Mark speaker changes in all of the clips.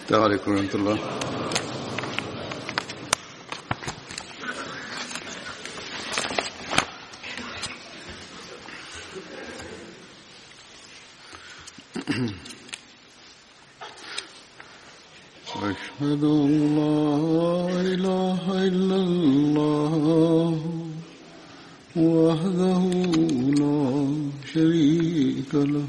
Speaker 1: السلام عليكم ورحمة الله. أشهد أن لا إله إلا الله وحده لا شريك له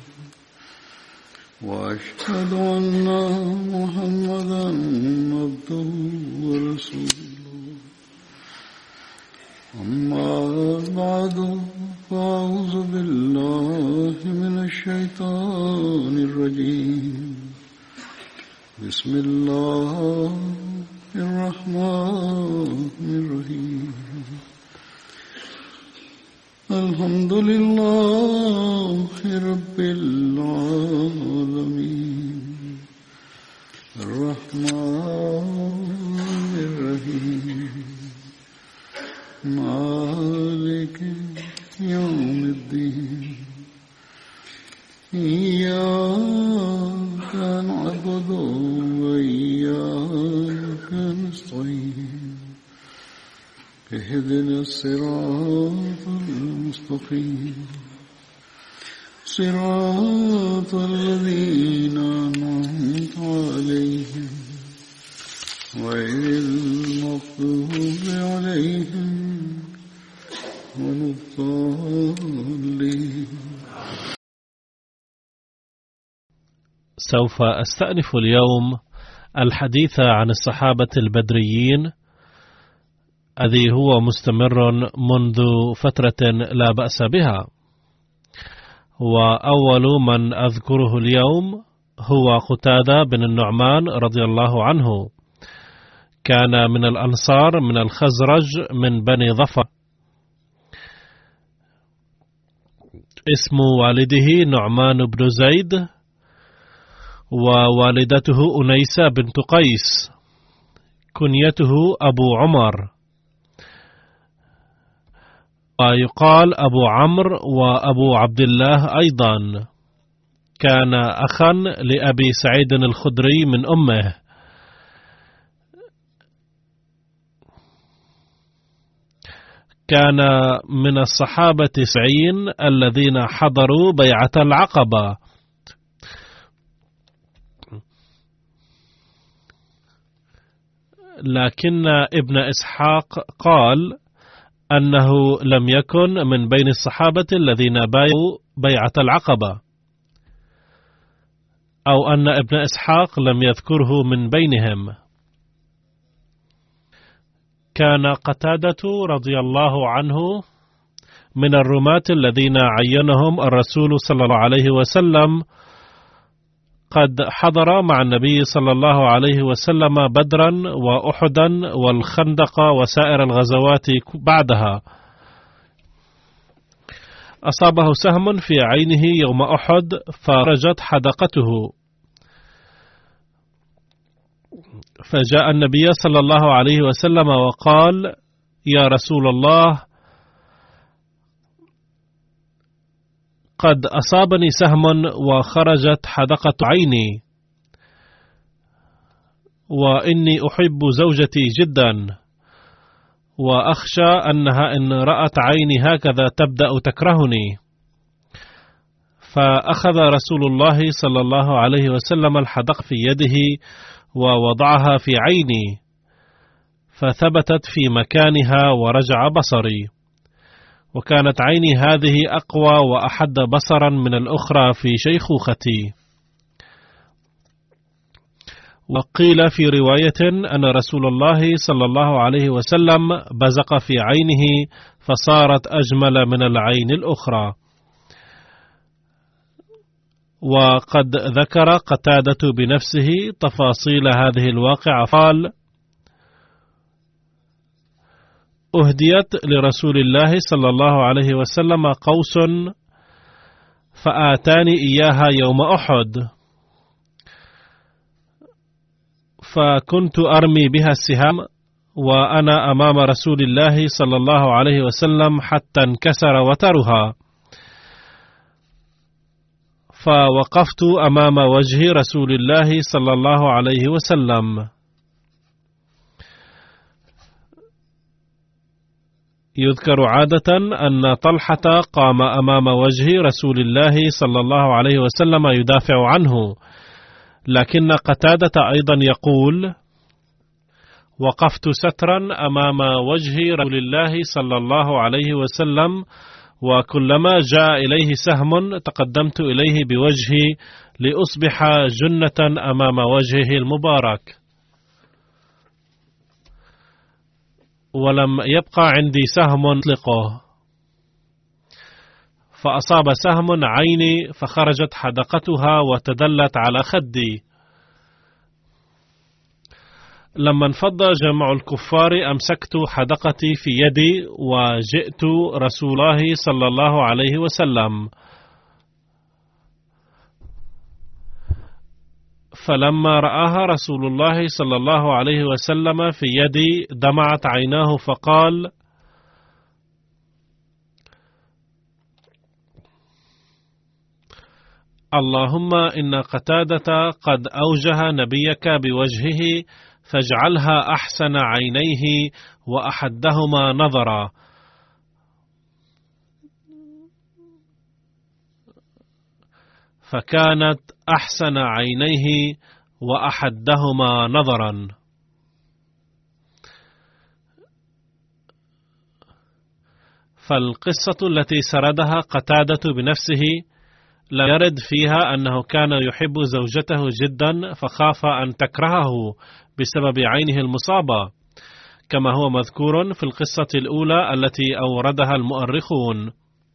Speaker 1: وأشهد أن محمدا عبده ورسوله. أما بعد فأعوذ بالله من الشيطان الرجيم. بسم الله الرحمن الرحيم. الحمد لله رب العالمين الرحمن الرحيم مالك يوم الدين. إياك نعبد وإياك نستعين. اهدنا الصراط المستقيم صراط الذين أنعمت عليهم غير المغضوب عليهم ولا الضالين.
Speaker 2: سوف أستأنف اليوم الحديث عن الصحابة البدريين الذي هو مستمر منذ فترة لا بأس بها. وأول من أذكره اليوم هو قتادة بن النعمان رضي الله عنه. كان من الأنصار من الخزرج من بني ظفر. اسم والده نعمان بن زيد، ووالدته أنيسة بنت قيس، كنيته أبو عمر، ويقال أبو عمرو وأبو عبد الله أيضا. كان أخا لأبي سعيد الخدري من أمه. كان من الصحابة 90 الذين حضروا بيعة العقبة. لكن ابن إسحاق قال أنه لم يكن من بين الصحابة الذين بايعوا بيعة العقبة، أو أن ابن إسحاق لم يذكره من بينهم. كان قتادة رضي الله عنه من الرماة الذين عينهم الرسول صلى الله عليه وسلم. قد حضر مع النبي صلى الله عليه وسلم بدرا وأحدا والخندق وسائر الغزوات بعدها. أصابه سهم في عينه يوم أحد فرجت حدقته، فجاء النبي صلى الله عليه وسلم وقال: يا رسول الله، قد أصابني سهم وخرجت حدقة عيني، وإني أحب زوجتي جدا، وأخشى أنها إن رأت عيني هكذا تبدأ تكرهني. فأخذ رسول الله صلى الله عليه وسلم الحدق في يده ووضعها في عيني، فثبتت في مكانها ورجع بصري، وكانت عيني هذه أقوى وأحد بصرا من الأخرى في شيخوختي. وقيل في رواية أن رسول الله صلى الله عليه وسلم بزق في عينه فصارت أجمل من العين الأخرى. وقد ذكر قتادة بنفسه تفاصيل هذه الواقعة، قال: أهديت لرسول الله صلى الله عليه وسلم قوس فآتاني إياها يوم أحد، فكنت أرمي بها السهام وأنا أمام رسول الله صلى الله عليه وسلم حتى انكسر وترها، فوقفت أمام وجه رسول الله صلى الله عليه وسلم. يذكر عادة أن طلحة قام أمام وجه رسول الله صلى الله عليه وسلم يدافع عنه، لكن قتادة أيضا يقول: وقفت سترا أمام وجه رسول الله صلى الله عليه وسلم، وكلما جاء إليه سهم تقدمت إليه بوجهي لأصبح جنة أمام وجهه المبارك، ولم يبقى عندي سهم أطلقه، فأصاب سهم عيني فخرجت حدقتها وتدلت على خدي. لما انفض جمع الكفار أمسكت حدقتي في يدي وجئت رسول الله صلى الله عليه وسلم، فلما رآها رسول الله صلى الله عليه وسلم في يدي دمعت عيناه فقال: اللهم إن قتادة قد أوجه نبيك بوجهه فاجعلها أحسن عينيه وأحدهما نظرا. فكانت أحسن عينيه وأحدهما نظرا. فالقصة التي سردها قتادة بنفسه لا يرد فيها أنه كان يحب زوجته جدا فخاف أن تكرهه بسبب عينه المصابة، كما هو مذكور في القصة الأولى التي أوردها المؤرخون.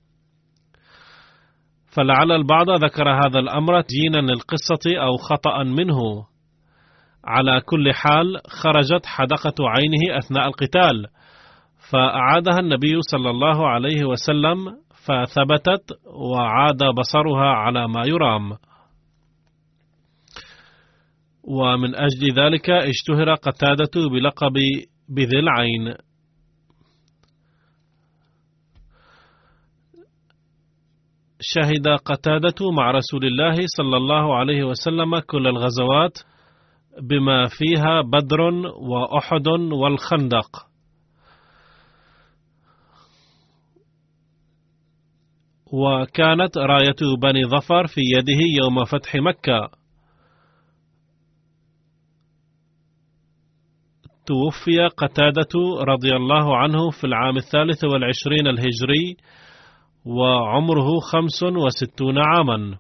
Speaker 2: فلعل البعض ذكر هذا الأمر تزيينا للقصة أو خطأ منه. على كل حال خرجت حدقة عينه أثناء القتال، فأعادها النبي صلى الله عليه وسلم فثبتت وعاد بصرها على ما يرام، ومن أجل ذلك اشتهر قتادة بلقب بذي العين. شهد قتادة مع رسول الله صلى الله عليه وسلم كل الغزوات بما فيها بدر وأحد والخندق، وكانت راية بني ظفر في يده يوم فتح مكة. توفي قتادة رضي الله عنه في العام 23 الهجري وعمره 65 عاما،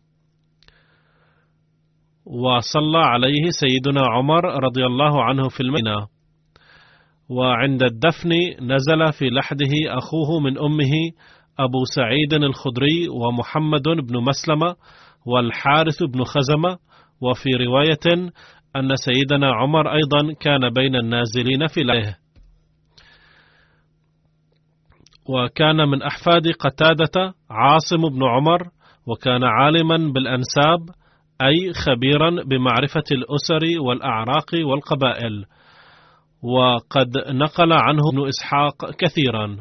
Speaker 2: وصلى عليه سيدنا عمر رضي الله عنه في المدينة، وعند الدفن نزل في لحده أخوه من أمه أبو سعيد الخدري ومحمد بن مسلمة والحارث بن خزمة. وفي رواية أن سيدنا عمر أيضا كان بين النازلين في لحده. وكان من أحفاد قتادة عاصم بن عمر، وكان عالما بالأنساب أي خبيرا بمعرفة الأسر والأعراق والقبائل، وقد نقل عنه ابن إسحاق كثيرا.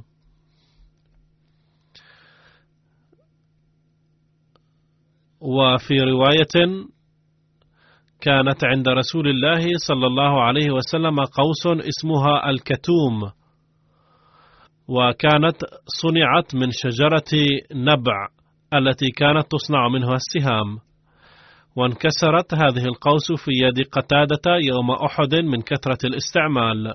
Speaker 2: وفي رواية كانت عند رسول الله صلى الله عليه وسلم قوس اسمها الكتوم، وكانت صنعت من شجرة نبع التي كانت تصنع منها السهام، وانكسرت هذه القوس في يد قتادة يوم أحد من كثرة الاستعمال.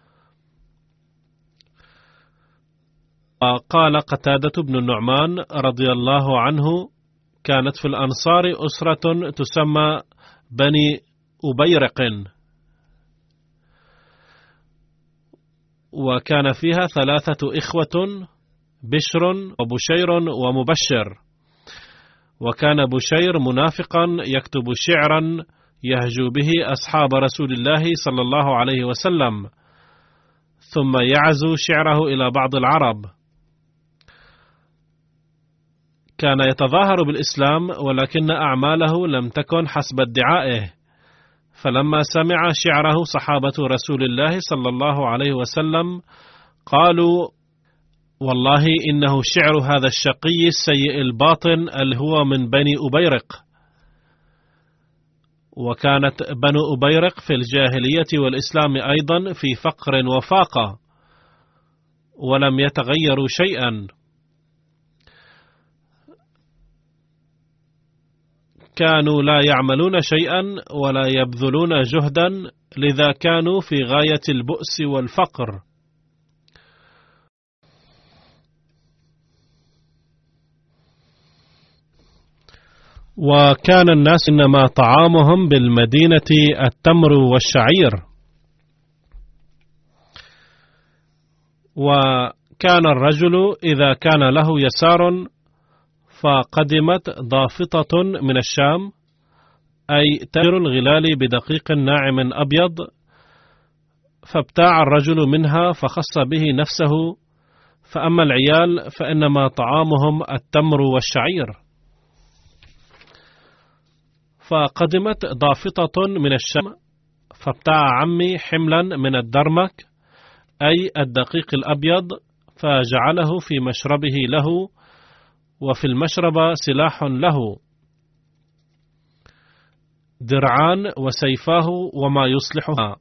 Speaker 2: قال قتادة بن النعمان رضي الله عنه: كانت في الأنصار أسرة تسمى بني أبيرق، وكان فيها 3 إخوة: بشر وبشير ومبشر. وكان بشير منافقا يكتب شعرا يهجو به أصحاب رسول الله صلى الله عليه وسلم، ثم يعزو شعره إلى بعض العرب. كان يتظاهر بالإسلام ولكن أعماله لم تكن حسب ادعائه، فلما سمع شعره صحابة رسول الله صلى الله عليه وسلم قالوا: والله إنه شعر هذا الشقي السيء الباطن اللي هو من بني أبيرق. وكانت بنو أبيرق في الجاهلية والإسلام أيضا في فقر وفاقة، ولم يتغيروا شيئا. كانوا لا يعملون شيئا ولا يبذلون جهدا، لذا كانوا في غاية البؤس والفقر. وكان الناس إنما طعامهم بالمدينة التمر والشعير. وكان الرجل إذا كان له يسار فقدمت ضافطة من الشام، أي تاجر الغلال بدقيق ناعم أبيض، فابتاع الرجل منها فخص به نفسه، فأما العيال فإنما طعامهم التمر والشعير. فقدمت ضافطة من الشام فابتاع عمي حملا من الدرمك، أي الدقيق الأبيض، فجعله في مشربه له، وفي المشربة سلاح له، درعان وسيفاه وما يصلحها.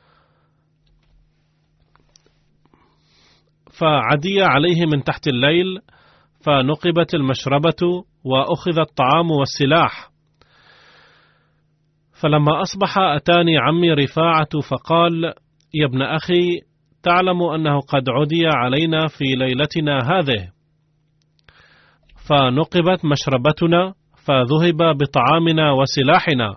Speaker 2: فعدي عليه من تحت الليل، فنقبت المشربة وأخذ الطعام والسلاح. فلما أصبح أتاني عمي رفاعة فقال: يا ابن أخي، تعلم أنه قد عدي علينا في ليلتنا هذه. فنقبت مشربتنا، فذهب بطعامنا وسلاحنا.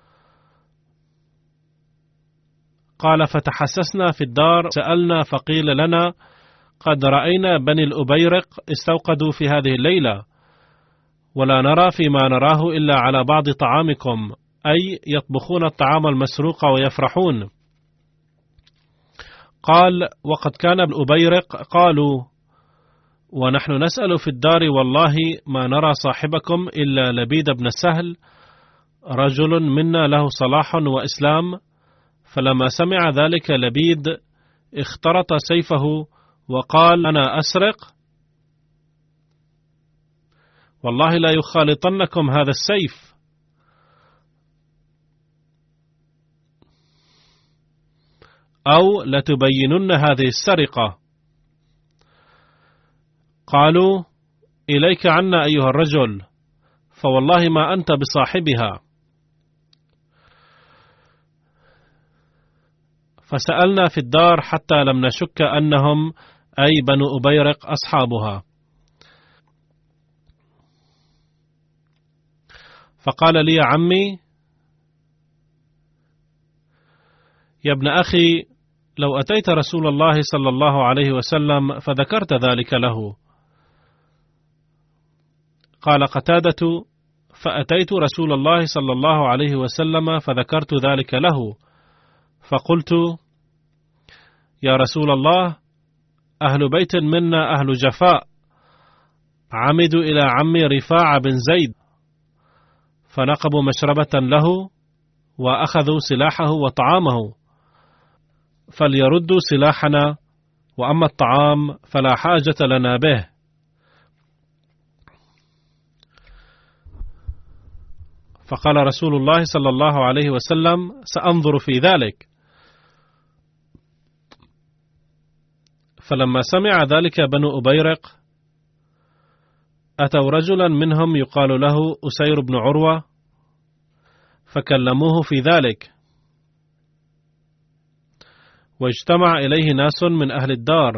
Speaker 2: قال: فتحسسنا في الدار، سألنا فقيل لنا: قد رأينا بني الأبيرق استوقدوا في هذه الليلة، ولا نرى فيما نراه إلا على بعض طعامكم، أي يطبخون الطعام المسروق ويفرحون. قال: وقد كان ابن أبيرق قالوا: ونحن نسأل في الدار والله ما نرى صاحبكم إلا لبيد بن سهل، رجل منا له صلاح وإسلام. فلما سمع ذلك لبيد اخترط سيفه وقال: أنا أسرق، والله لا يخالطنكم هذا السيف. أو لتبينن هذه السرقة. قالوا: إليك عنا أيها الرجل، فوالله ما أنت بصاحبها. فسألنا في الدار حتى لم نشك أنهم أي بنو أبيرق أصحابها. فقال لي عمي: يا ابن أخي، لو أتيت رسول الله صلى الله عليه وسلم فذكرت ذلك له. قال قتادة: فأتيت رسول الله صلى الله عليه وسلم فذكرت ذلك له، فقلت: يا رسول الله، أهل بيت منا أهل جفاء، عمدوا إلى عمي رفاعة بن زيد، فنقبوا مشربة له وأخذوا سلاحه وطعامه، فليردوا سلاحنا، وأما الطعام فلا حاجة لنا به. فقال رسول الله صلى الله عليه وسلم: سأنظر في ذلك. فلما سمع ذلك بنو أبيرق أتوا رجلا منهم يقال له أسير بن عروة، فكلموه في ذلك، واجتمع إليه ناس من أهل الدار،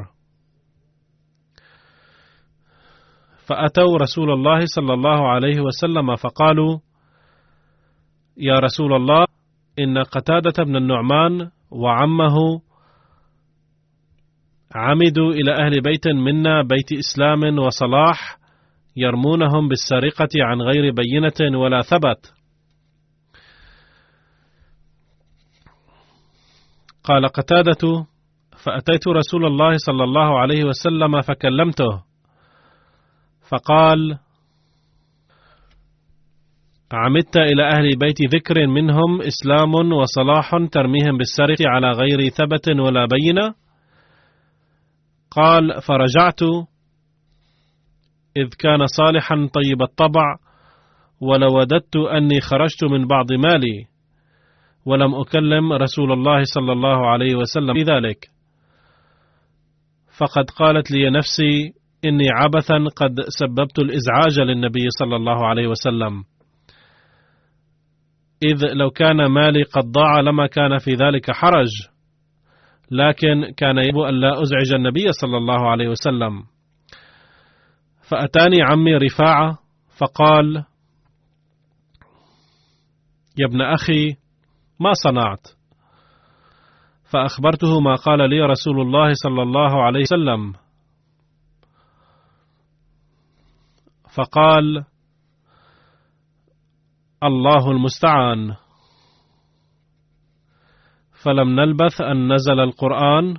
Speaker 2: فأتوا رسول الله صلى الله عليه وسلم فقالوا: يا رسول الله، إن قتادة بن النعمان وعمه عمدوا إلى أهل بيت منا، بيت إسلام وصلاح، يرمونهم بالسرقة عن غير بينة ولا ثبت. قال قتادة: فأتيت رسول الله صلى الله عليه وسلم فكلمته، فقال: عمدت إلى أهل بيت ذكر منهم إسلام وصلاح ترميهم بالسرقة على غير ثبت ولا بينة؟ قال: فرجعت إذ كان صالحا طيب الطبع، ولوددت أني خرجت من بعض مالي ولم أكلم رسول الله صلى الله عليه وسلم بذلك، فقد قالت لي نفسي إني عبثا قد سببت الإزعاج للنبي صلى الله عليه وسلم، إذ لو كان مالي قد ضاع لما كان في ذلك حرج، لكن كان يجب أن لا أزعج النبي صلى الله عليه وسلم. فأتاني عمي رفاعة فقال: يا ابن أخي، ما صنعت؟ فأخبرته ما قال لي رسول الله صلى الله عليه وسلم، فقال: الله المستعان. فلم نلبث أن نزل القرآن: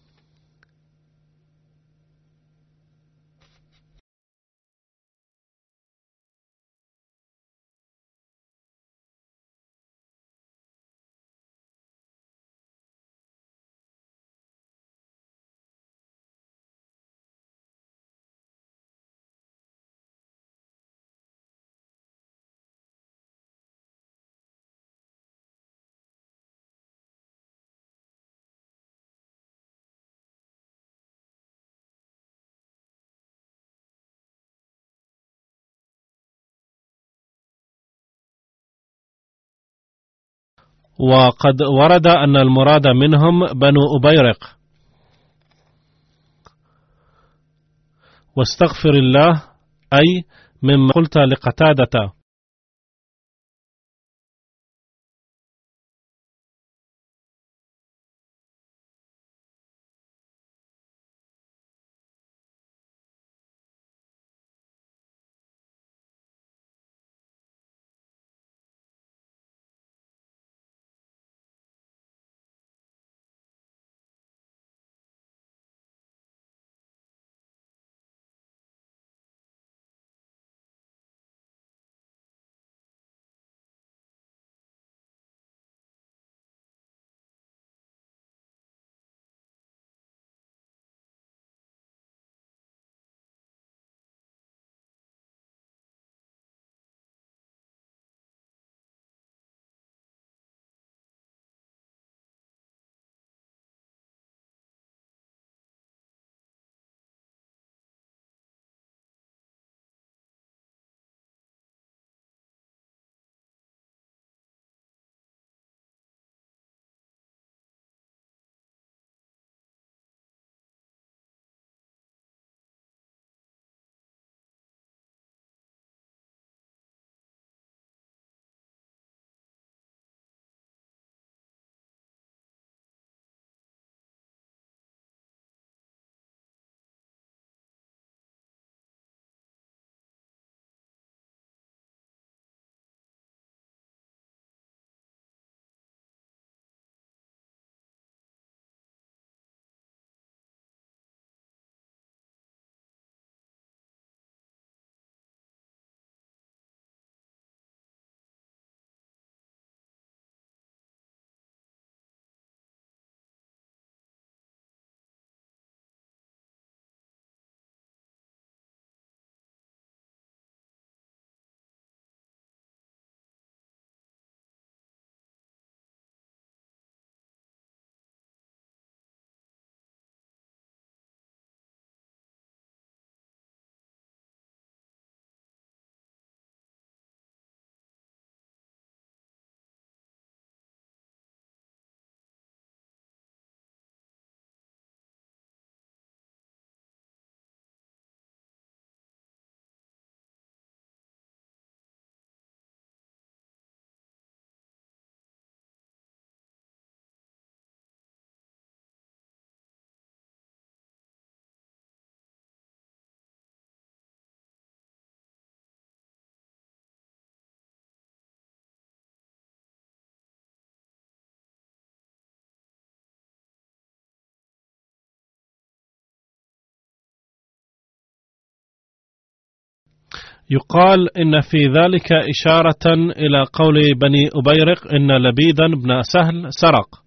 Speaker 2: وقد ورد أن المراد منهم بنو أبيرق. واستغفر الله، أي مما قلت لقتادة. يقال إن في ذلك إشارة إلى قول بني أبيرق إن لبيدا بن سهل سرق.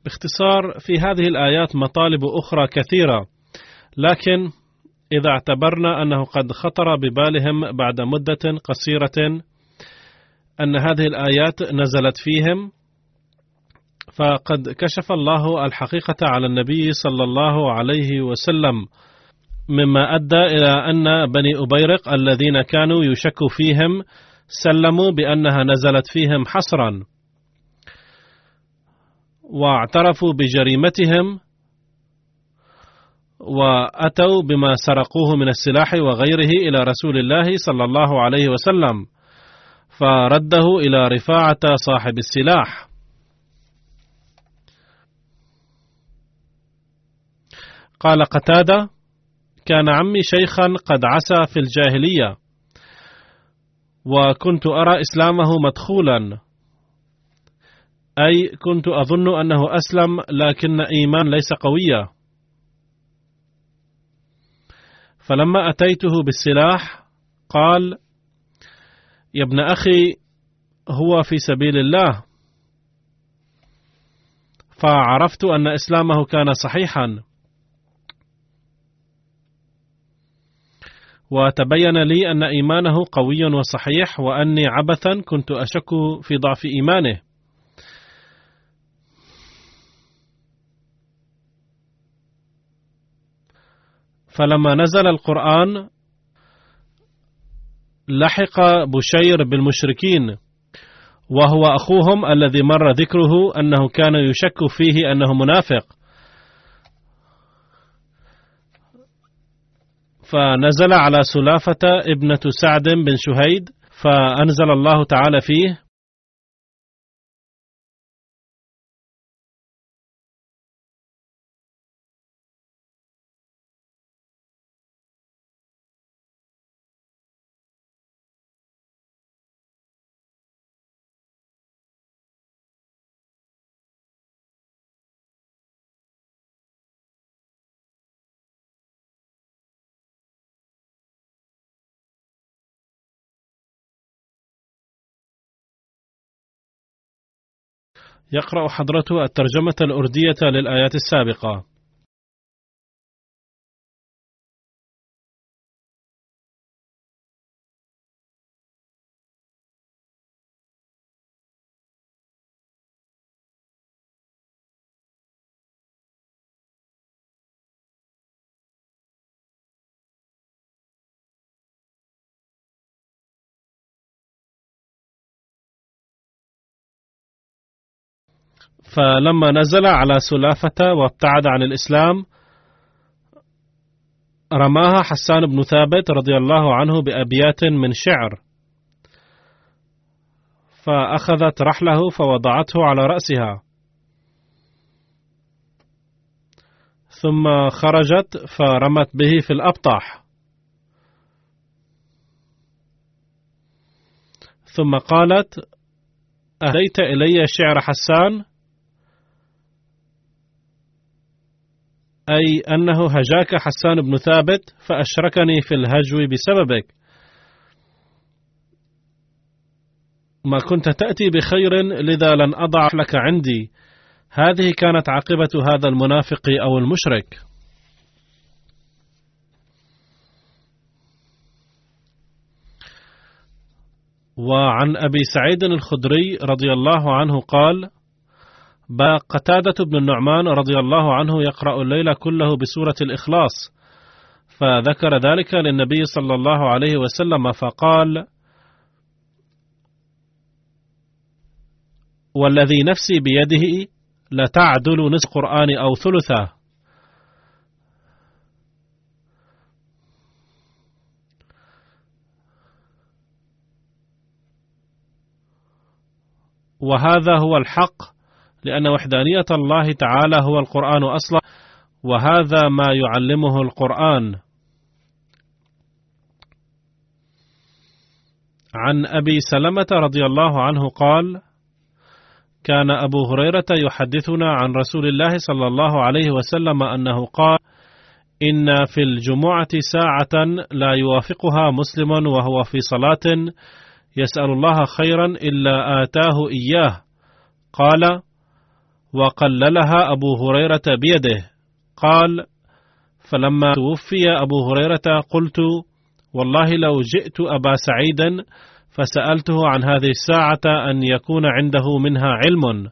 Speaker 2: باختصار في هذه الآيات مطالب أخرى كثيرة، لكن إذا اعتبرنا أنه قد خطر ببالهم بعد مدة قصيرة أن هذه الآيات نزلت فيهم، فقد كشف الله الحقيقة على النبي صلى الله عليه وسلم، مما أدى إلى أن بني أبيرق الذين كانوا يشك فيهم سلموا بأنها نزلت فيهم حصرا، واعترفوا بجريمتهم وأتوا بما سرقوه من السلاح وغيره إلى رسول الله صلى الله عليه وسلم، فرده إلى رفاعة صاحب السلاح. قال قتادة: كان عمي شيخا قد عسى في الجاهلية، وكنت أرى إسلامه مدخولا، أي كنت أظن أنه أسلم لكن إيمان ليس قويا، فلما أتيته بالسلاح قال: يا ابن أخي، هو في سبيل الله، فعرفت أن إسلامه كان صحيحا، وتبين لي أن إيمانه قوي وصحيح، وأني عبثا كنت أشك في ضعف إيمانه. فلما نزل القرآن لحق بشير بالمشركين، وهو أخوهم الذي مر ذكره أنه كان يشك فيه أنه منافق، فنزل على سلافة ابنة سعد بن شهيد، فأنزل الله تعالى فيه: يقرأ حضرته الترجمة الأردية للآيات السابقة. فلما نزل على سلافة وابتعد عن الإسلام، رماها حسان بن ثابت رضي الله عنه بأبيات من شعر، فأخذت رحله فوضعته على رأسها، ثم خرجت فرمت به في الأبطح، ثم قالت: أهديت إلي شعر حسان، أي أنه هجاك حسان بن ثابت فأشركني في الهجو بسببك، ما كنت تأتي بخير لذا لن أضع لك عندي. هذه كانت عاقبة هذا المنافق أو المشرك. وعن أبي سعيد الخدري رضي الله عنه قال: قتادة بن النعمان رضي الله عنه يقرأ الليل كله بسورة الإخلاص، فذكر ذلك للنبي صلى الله عليه وسلم فقال: والذي نفسي بيده لتعدل نصف القرآن أو ثلثه. وهذا هو الحق، لأن وحدانية الله تعالى هو القرآن أصلا، وهذا ما يعلمه القرآن. عن أبي سلمة رضي الله عنه قال: كان أبو هريرة يحدثنا عن رسول الله صلى الله عليه وسلم أنه قال: إن في الجمعة ساعة لا يوافقها مسلم وهو في صلاة يسأل الله خيرا إلا آتاه إياه. قال: وقللها أبو هريرة بيده. قال: فلما توفي أبو هريرة قلت: والله لو جئت أبا سعيد فسألته عن هذه الساعة أن يكون عنده منها علم،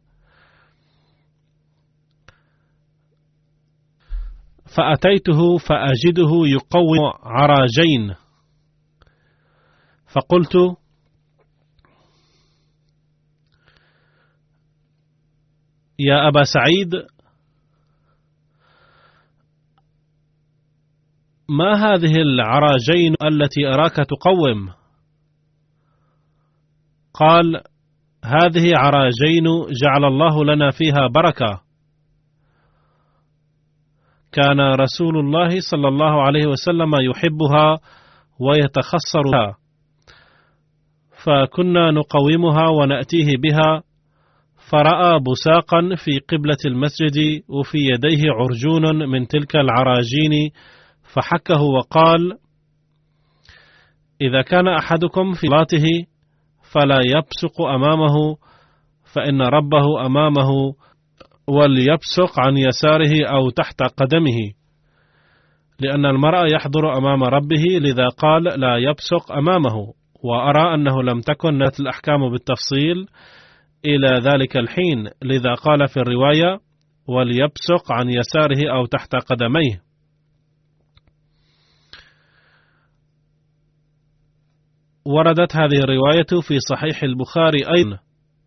Speaker 2: فأتيته فأجده يقوم عراجين، فقلت: يا أبا سعيد، ما هذه العراجين التي أراك تقوم؟ قال: هذه عراجين جعل الله لنا فيها بركة، كان رسول الله صلى الله عليه وسلم يحبها ويتخصر بها، فكنا نقومها ونأتيه بها، فرأى بساقا في قبلة المسجد وفي يديه عرجون من تلك العراجين، فحكه وقال: إذا كان أحدكم في صلاته فلا يبصق أمامه، فإن ربه أمامه، وليبصق عن يساره أو تحت قدمه، لأن المرء يحضر أمام ربه، لذا قال لا يبصق أمامه. وأرى أنه لم تكن نتل الأحكام بالتفصيل إلى ذلك الحين، لذا قال في الرواية: وليبصق عن يساره أو تحت قدميه. وردت هذه الرواية في صحيح البخاري أيضا.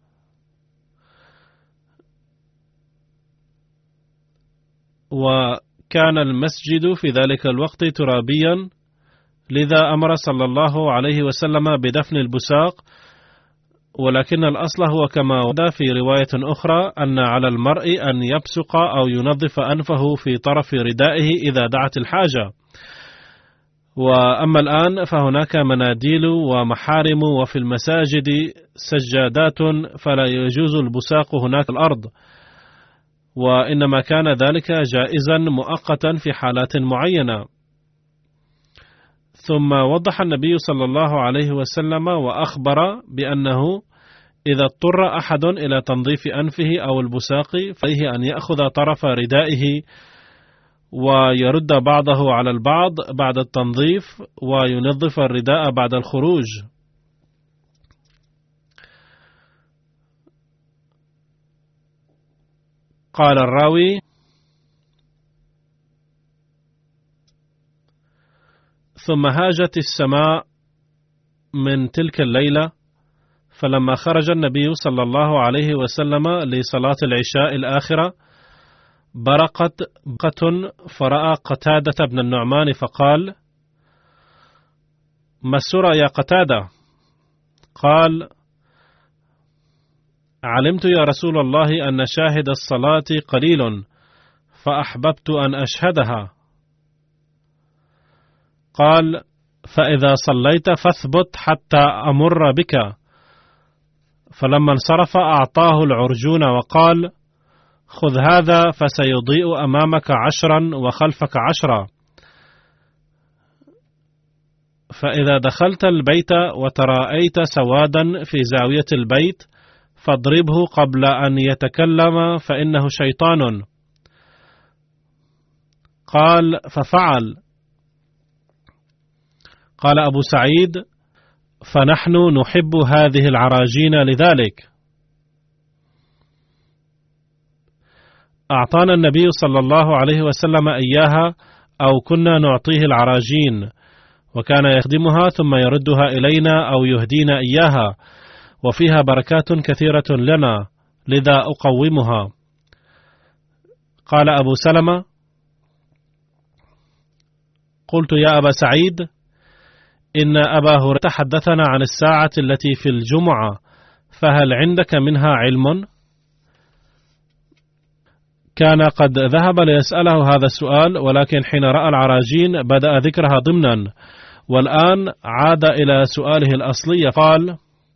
Speaker 2: وكان المسجد في ذلك الوقت ترابيا، لذا أمر صلى الله عليه وسلم بدفن البساق، ولكن الأصل هو كما ورد في رواية أخرى أن على المرء أن يبصق أو ينظف أنفه في طرف ردائه إذا دعت الحاجة. وأما الآن فهناك مناديل ومحارم، وفي المساجد سجادات، فلا يجوز البساق هناك الأرض، وإنما كان ذلك جائزا مؤقتا في حالات معينة. ثم وضح النبي صلى الله عليه وسلم وأخبر بأنه إذا اضطر أحد إلى تنظيف أنفه أو البساق فعليه أن يأخذ طرف ردائه ويرد بعضه على البعض بعد التنظيف، وينظف الرداء بعد الخروج. قال الراوي: ثم هاجت السماء من تلك الليلة، فلما خرج النبي صلى الله عليه وسلم لصلاة العشاء الآخرة برقت برقة، فرأى قتادة بن النعمان فقال: ما السرى يا قتادة؟ قال: علمت يا رسول الله أن شاهد الصلاة قليل، فأحببت أن أشهدها. قال: فإذا صليت فاثبت حتى أمر بك. فلما انصرف أعطاه العرجون وقال: خذ هذا فسيضيء أمامك 10 وخلفك 10، فإذا دخلت البيت وتراءيت سوادا في زاوية البيت فاضربه قبل أن يتكلم فإنه شيطان. قال: ففعل. قال أبو سعيد: فنحن نحب هذه العراجين لذلك. أعطانا النبي صلى الله عليه وسلم إياها، أو كنا نعطيه العراجين، وكان يخدمها ثم يردها إلينا أو يهدينا إياها، وفيها بركات كثيرة لنا، لذا أقومها. قال أبو سلمة: قلت يا أبا سعيد، إن أبا هريرة حدثنا عن الساعة التي في الجمعة، فهل عندك منها علم؟ كان قد ذهب ليسأله هذا السؤال، ولكن حين رأى العراجين بدأ ذكرها ضمنا، والآن عاد إلى سؤاله الأصلي. قال: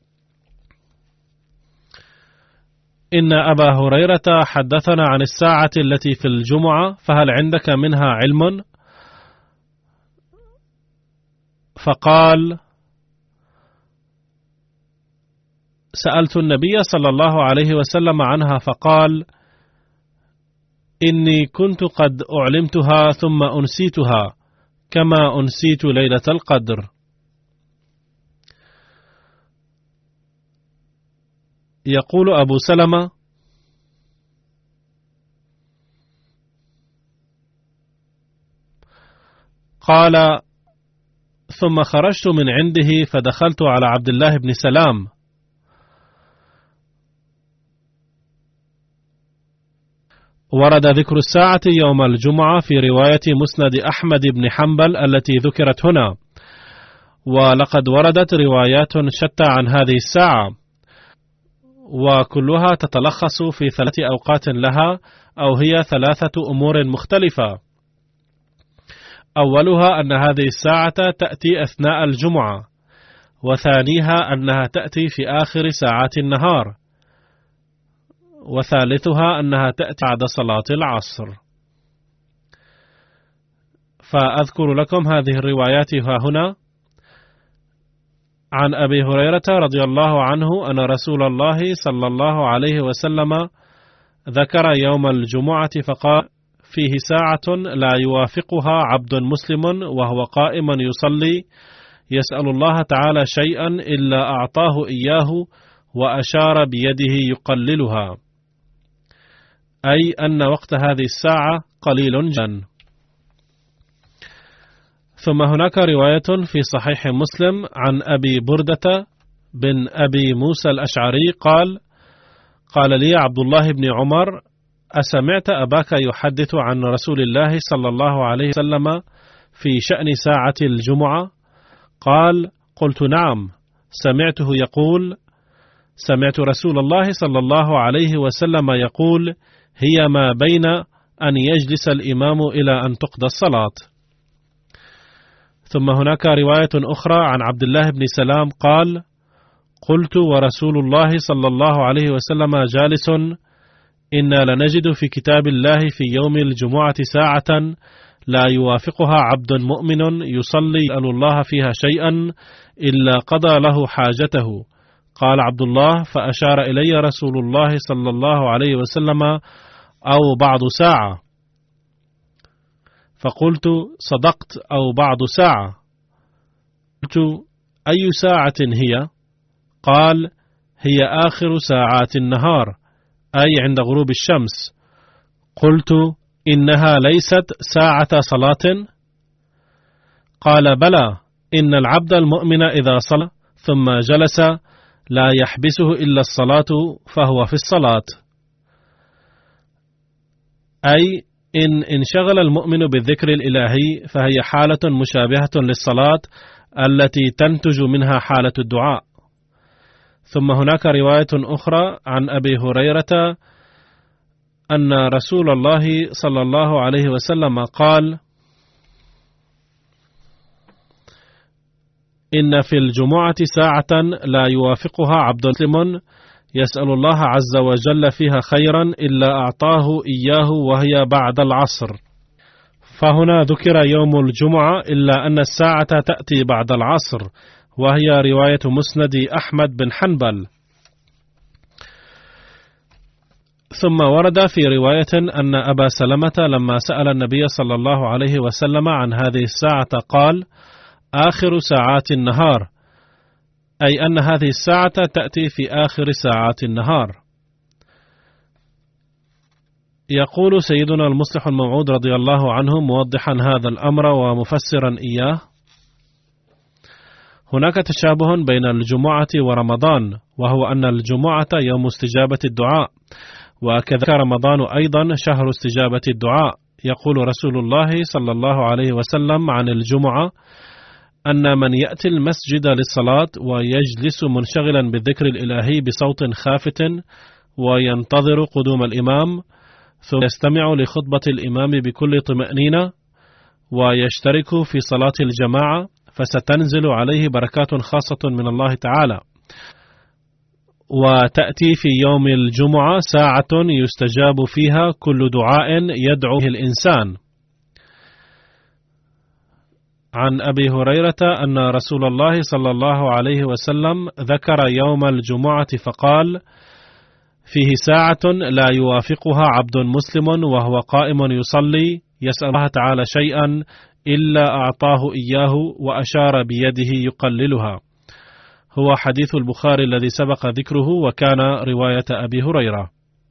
Speaker 2: إن أبا هريرة حدثنا عن الساعة التي في الجمعة، فهل عندك منها علم؟ فقال: سألت النبي صلى الله عليه وسلم عنها، فقال: إني كنت قد أعلمتها ثم أنسيتها كما أنسيت ليلة القدر. يقول أبو سلمة: قال: ثم خرجت من عنده فدخلت على عبد الله بن سلام ورد ذكر الساعة يوم الجمعة في رواية مسند أحمد بن حنبل التي ذكرت هنا، ولقد وردت روايات شتى عن هذه الساعة، وكلها تتلخص في 3 أوقات لها، أو هي 3 أمور مختلفة. أولها أن هذه الساعة تأتي أثناء الجمعة، وثانيها أنها تأتي في آخر ساعات النهار، وثالثها أنها تأتي بعد صلاة العصر. فأذكر لكم هذه الروايات هنا. عن أبي هريرة رضي الله عنه أن رسول الله صلى الله عليه وسلم ذكر يوم الجمعة فقال: فيه ساعة لا يوافقها عبد مسلم وهو قائم يصلي يسأل الله تعالى شيئا إلا أعطاه إياه، وأشار بيده يقللها، أي أن وقت هذه الساعة قليل جدا. ثم هناك رواية في صحيح مسلم عن أبي بردة بن أبي موسى الأشعري قال: قال لي عبد الله بن عمر: أسمعت أباك يحدث عن رسول الله صلى الله عليه وسلم في شأن ساعة الجمعة؟ قال: قلت نعم، سمعته يقول: سمعت رسول الله صلى الله عليه وسلم يقول: هي ما بين أن يجلس الإمام إلى أن تقضى الصلاة. ثم هناك رواية أخرى عن عبد الله بن سلام قال: قلت ورسول الله صلى الله عليه وسلم جالس: إنا لنجد في كتاب الله في يوم الجمعة ساعة لا يوافقها عبد مؤمن يصلي يسأل الله فيها شيئا إلا قضى له حاجته. قال عبد الله: فأشار إلي رسول الله صلى الله عليه وسلم: أو بعض ساعة. فقلت: صدقت، أو بعض ساعة. قلت: أي ساعة هي؟ قال: هي آخر ساعات النهار، أي عند غروب الشمس. قلت: إنها ليست ساعة صلاة؟ قال: بلى، إن العبد المؤمن إذا صلى ثم جلس لا يحبسه إلا الصلاة فهو في الصلاة، أي إن انشغل المؤمن بالذكر الإلهي فهي حالة مشابهة للصلاة التي تنتج منها حالة الدعاء. ثم هناك رواية أخرى عن أبي هريرة أن رسول الله صلى الله عليه وسلم قال: إن في الجمعة ساعة لا يوافقها عبد مسلم يسأل الله عز وجل فيها خيرا إلا أعطاه إياه، وهي بعد العصر. فهنا ذكر يوم الجمعة، إلا أن الساعة تأتي بعد العصر، وهي رواية مسند أحمد بن حنبل. ثم ورد في رواية أن أبا سلمة لما سأل النبي صلى الله عليه وسلم عن هذه الساعة قال: آخر ساعات النهار، أي أن هذه الساعة تأتي في آخر ساعات النهار. يقول سيدنا المصلح الموعود رضي الله عنه موضحا هذا الأمر ومفسرا إياه: هناك تشابه بين الجمعة ورمضان، وهو أن الجمعة يوم استجابة الدعاء، وكذلك رمضان أيضا شهر استجابة الدعاء. يقول رسول الله صلى الله عليه وسلم عن الجمعة أن من يأتي المسجد للصلاة ويجلس منشغلا بالذكر الإلهي بصوت خافت وينتظر قدوم الإمام، ثم يستمع لخطبة الإمام بكل طمأنينة ويشترك في صلاة الجماعة، فستنزل عليه بركات خاصة من الله تعالى. وتأتي في يوم الجمعة ساعة يستجاب فيها كل دعاء يدعوه الإنسان. عن أبي هريرة أن رسول الله صلى الله عليه وسلم ذكر يوم الجمعة فقال: فيه ساعة لا يوافقها عبد مسلم وهو قائم يصلي يسأل الله تعالى شيئا إلا أعطاه إياه وأشار بيده يقللها. هو حديث البخاري الذي سبق ذكره، وكان رواية أبي هريرة.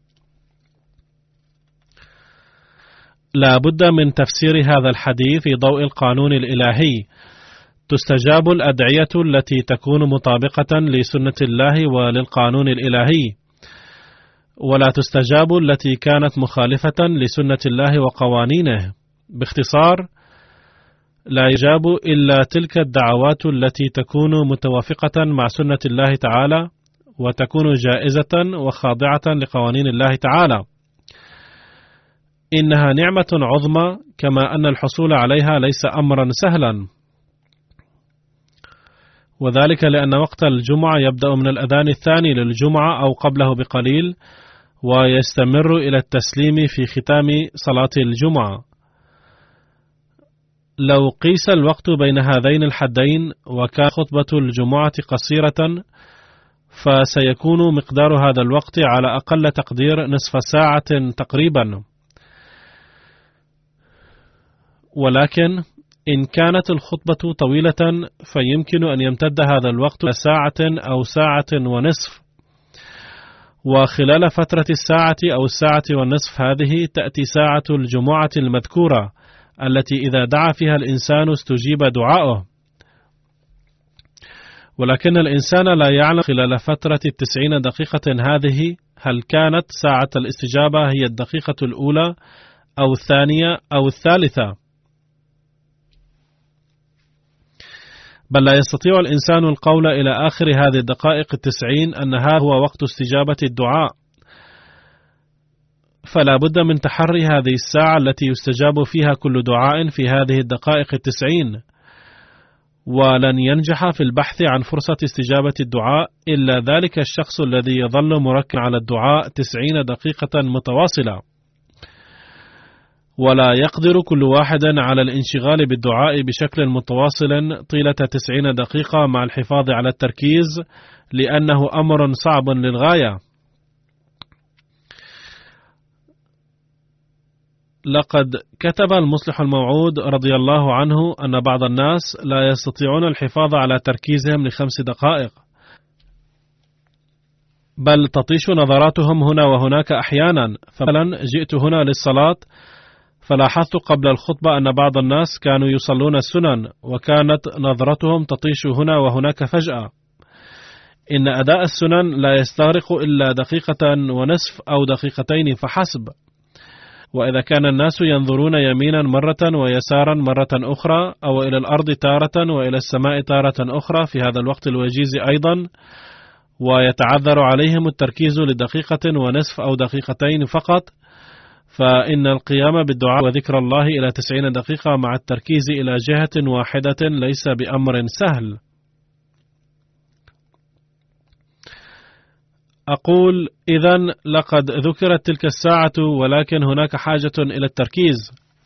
Speaker 2: لا بد من تفسير هذا الحديث في ضوء القانون الإلهي. تستجاب الأدعية التي تكون مطابقة لسنة الله وللقانون الإلهي، ولا تستجاب التي كانت مخالفة لسنة الله وقوانينه. باختصار، لا يجاب إلا تلك الدعوات التي تكون متوافقة مع سنة الله تعالى وتكون جائزة وخاضعة لقوانين الله تعالى. إنها نعمة عظمى، كما أن الحصول عليها ليس أمرا سهلا، وذلك لأن وقت الجمعة يبدأ من الأذان الثاني للجمعة أو قبله بقليل، ويستمر إلى التسليم في ختام صلاة الجمعة. لو قيس الوقت بين هذين الحدين وكان خطبة الجمعة قصيرة، فسيكون مقدار هذا الوقت على أقل تقدير نصف ساعة تقريبا. ولكن إن كانت الخطبة طويلة فيمكن أن يمتد هذا الوقت ساعة أو ساعة ونصف، وخلال فترة الساعة أو الساعة والنصف هذه تأتي ساعة الجمعة المذكورة التي إذا دعا فيها الإنسان استجيب دعاؤه. ولكن الإنسان لا يعلم خلال فترة 90 دقيقة هذه هل كانت ساعة الاستجابة هي الدقيقة الأولى أو الثانية أو الثالثة، بل لا يستطيع الإنسان القول إلى آخر هذه الدقائق 90 أنها هو وقت استجابة الدعاء. فلا بد من تحري هذه الساعة التي يستجاب فيها كل دعاء في هذه الدقائق 90، ولن ينجح في البحث عن فرصة استجابة الدعاء إلا ذلك الشخص الذي يظل مركزا على الدعاء 90 دقيقة متواصلة. ولا يقدر كل واحد على الانشغال بالدعاء بشكل متواصل طيلة 90 دقيقة مع الحفاظ على التركيز، لأنه أمر صعب للغاية. لقد كتب المصلح الموعود رضي الله عنه أن بعض الناس لا يستطيعون الحفاظ على تركيزهم ل5 دقائق، بل تطيش نظراتهم هنا وهناك أحيانا. فمثلا جئت هنا للصلاة فلاحظت قبل الخطبة أن بعض الناس كانوا يصلون السنن وكانت نظرتهم تطيش هنا وهناك فجأة. إن أداء السنن لا يستغرق إلا دقيقة ونصف أو دقيقتين فحسب، وإذا كان الناس ينظرون يمينا مرة ويسارا مرة أخرى، أو إلى الأرض تارة وإلى السماء تارة أخرى في هذا الوقت الوجيز أيضا، ويتعذر عليهم التركيز لدقيقة ونصف أو دقيقتين فقط، فإن القيام بالدعاء وذكر الله إلى 90 دقيقة مع التركيز إلى جهة واحدة ليس بأمر سهل. أقول إذن لقد ذكرت تلك الساعة، ولكن هناك حاجة إلى التركيز،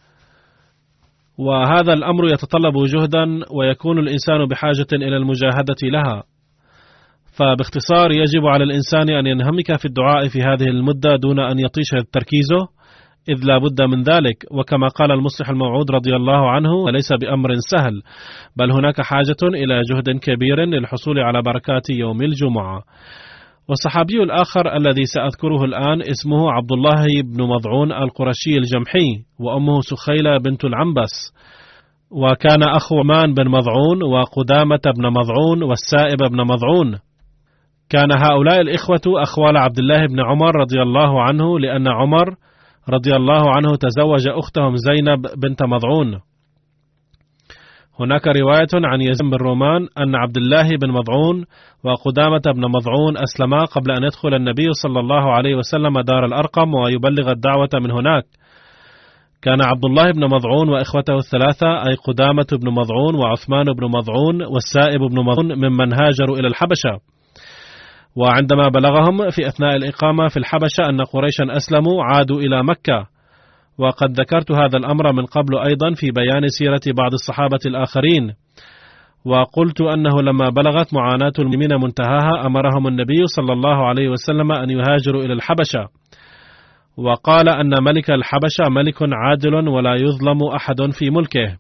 Speaker 2: وهذا الأمر يتطلب جهدا ويكون الإنسان بحاجة إلى المجاهدة لها. فباختصار يجب على الإنسان أن ينهمك في الدعاء في هذه المدة دون أن يطيش تركيزه، إذ لا بد من ذلك. وكما قال المصلح الموعود رضي الله عنه ليس بأمر سهل، بل هناك حاجة إلى جهد كبير للحصول على بركات يوم الجمعة. والصحابي الآخر الذي سأذكره الآن اسمه عبد الله بن مضعون القرشي الجمحي، وأمه سخيلة بنت العنبس، وكان أخو عمان بن مضعون وقدامة بن مضعون والسائب بن مضعون. كان هؤلاء الإخوة أخوال عبد الله بن عمر رضي الله عنه، لأن عمر رضي الله عنه تزوج أختهم زينب بنت مضعون. هناك رواية عن يزيد بن رومان أن عبد الله بن مضعون وقدامة بن مضعون أسلما قبل أن يدخل النبي صلى الله عليه وسلم دار الأرقم ويبلغ الدعوة من هناك. كان عبد الله بن مضعون وإخوته الثلاثة، أي قدامة بن مضعون وعثمان بن مضعون والسائب بن مضعون، ممن هاجروا إلى الحبشة. وعندما بلغهم في أثناء الإقامة في الحبشة أن قريشا أسلموا عادوا إلى مكة. وقد ذكرت هذا الأمر من قبل أيضا في بيان سيرة بعض الصحابة الآخرين. وقلت أنه لما بلغت معاناة المسلمين منتهاها أمرهم النبي صلى الله عليه وسلم أن يهاجروا إلى الحبشة، وقال أن ملك الحبشة ملك عادل ولا يظلم أحد في ملكه.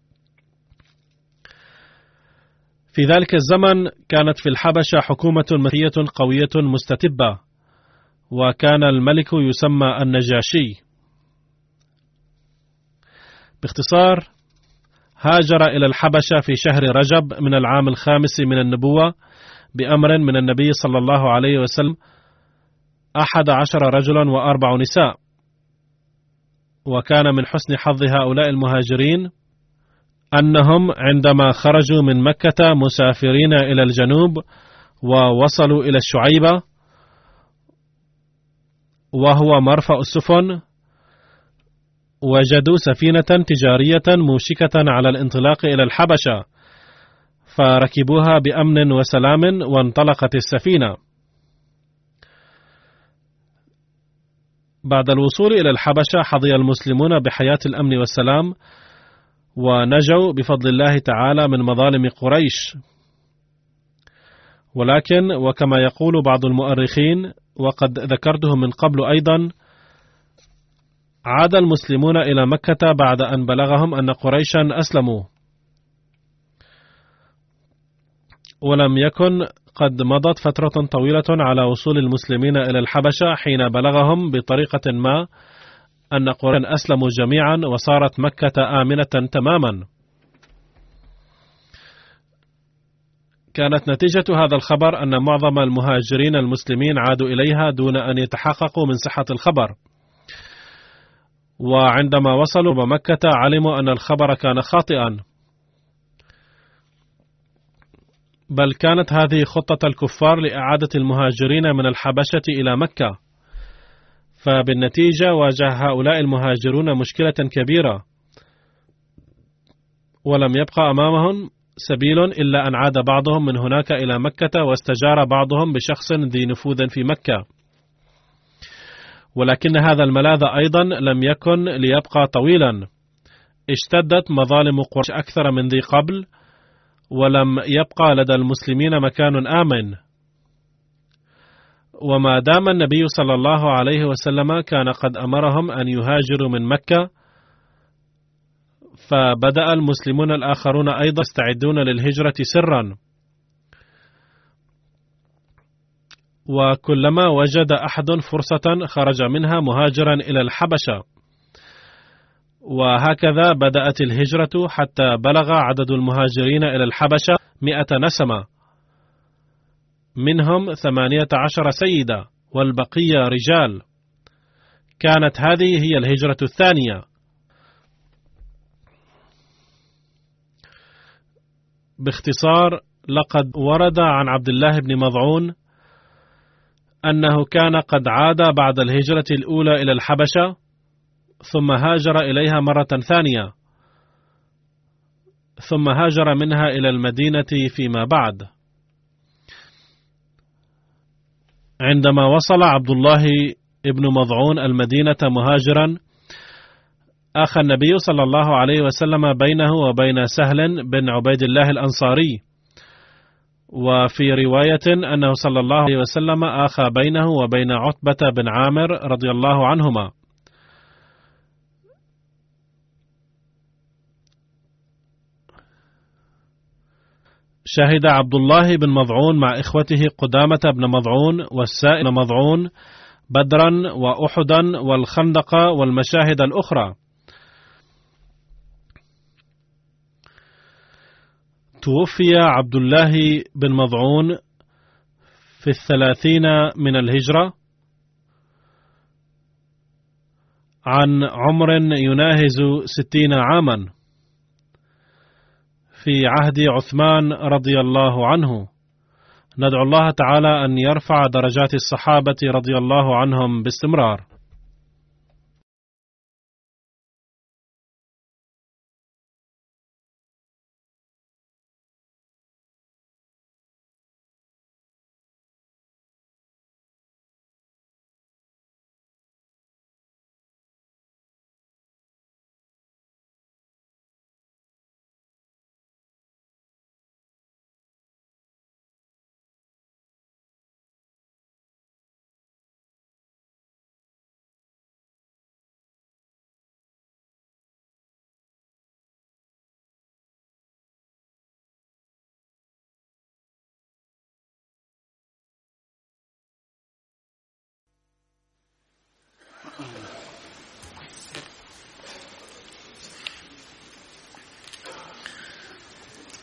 Speaker 2: في ذلك الزمن كانت في الحبشة حكومة ملكية قوية مستتبة، وكان الملك يسمى النجاشي. باختصار، هاجر إلى الحبشة في شهر رجب من العام الخامس من النبوة بأمر من النبي صلى الله عليه وسلم 11 رجلا و4 نساء. وكان من حسن حظ هؤلاء المهاجرين أنهم عندما خرجوا من مكة مسافرين إلى الجنوب ووصلوا إلى الشعيبة وهو مرفأ السفن، وجدوا سفينة تجارية موشكة على الانطلاق إلى الحبشة، فركبوها بأمن وسلام وانطلقت السفينة. بعد الوصول إلى الحبشة حظي المسلمون بحياة الأمن والسلام، ونجوا بفضل الله تعالى من مظالم قريش. ولكن وكما يقول بعض المؤرخين وقد ذكرته من قبل أيضا، عاد المسلمون إلى مكة بعد أن بلغهم أن قريشا أسلموا، ولم يكن قد مضت فترة طويلة على وصول المسلمين إلى الحبشة حين بلغهم بطريقة ما أن قريشا أسلموا جميعا وصارت مكة آمنة تماما. كانت نتيجة هذا الخبر أن معظم المهاجرين المسلمين عادوا إليها دون أن يتحققوا من صحة الخبر، وعندما وصلوا بمكة علموا أن الخبر كان خاطئا، بل كانت هذه خطة الكفار لإعادة المهاجرين من الحبشة إلى مكة. فبالنتيجة واجه هؤلاء المهاجرون مشكلة كبيرة، ولم يبقى أمامهم سبيل إلا أن عاد بعضهم من هناك إلى مكة واستجار بعضهم بشخص ذي نفوذ في مكة. ولكن هذا الملاذ أيضا لم يكن ليبقى طويلا، اشتدت مظالم قريش أكثر من ذي قبل، ولم يبقى لدى المسلمين مكان آمن. وما دام النبي صلى الله عليه وسلم كان قد أمرهم أن يهاجروا من مكة، فبدأ المسلمون الآخرون أيضا يستعدون للهجرة سرا، وكلما وجد أحد فرصة خرج منها مهاجرا إلى الحبشة. وهكذا بدأت الهجرة حتى بلغ عدد المهاجرين إلى الحبشة 100 نسمة، منهم 18 سيدة والبقية رجال. كانت هذه هي الهجرة الثانية. باختصار، لقد ورد عن عبد الله بن مضعون أنه كان قد عاد بعد الهجرة الأولى إلى الحبشة، ثم هاجر إليها مرة ثانية، ثم هاجر منها إلى المدينة فيما بعد. عندما وصل عبد الله بن مضعون المدينة مهاجرا، أخى النبي صلى الله عليه وسلم بينه وبين سهل بن عبيد الله الأنصاري، وفي رواية أنه صلى الله عليه وسلم أخى بينه وبين عتبة بن عامر رضي الله عنهما. شهد عبد الله بن مضعون مع إخوته قدامة بن مضعون والسائب بن مضعون بدرا وأحدا والخندق والمشاهد الأخرى. توفي عبد الله بن مضعون في 30 من الهجرة عن عمر يناهز 60 عاما في عهد عثمان رضي الله عنه. ندعو الله تعالى أن يرفع درجات الصحابة رضي الله عنهم باستمرار.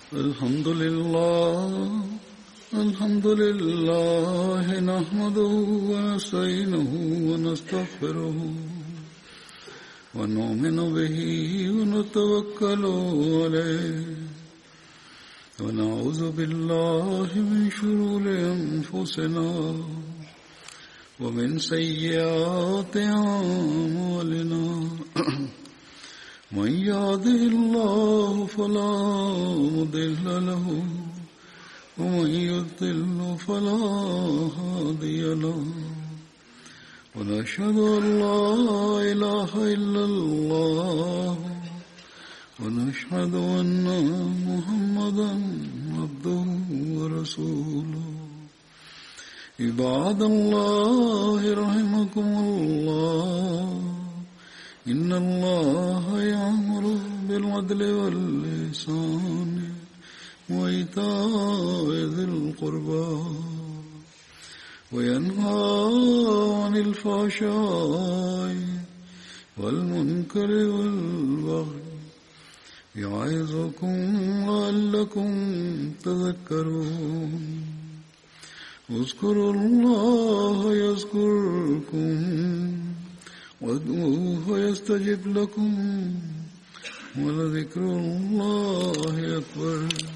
Speaker 1: الحمد لله نحمده ونستعينه ونستغفره ونؤمن به ونتوكل عليه ونعوذ بالله من شرور أنفسنا ومن سيئات أعمالنا من يهده الله فلا مضل له ومن يضلل فلا هادي له ونشهد أن لا إله إلا الله ونشهد أن محمدا عبده ورسوله عباد الله رحمكم الله إن الله يأمر بالعدل والإحسان وإيتاء ذي القربى وينهى عن الفحشاء والمنكر والبغي يعظكم لعلكم تذكرون اذكروا الله يذكركم وادعوه يستجب لكم ولذكر الله أكبر.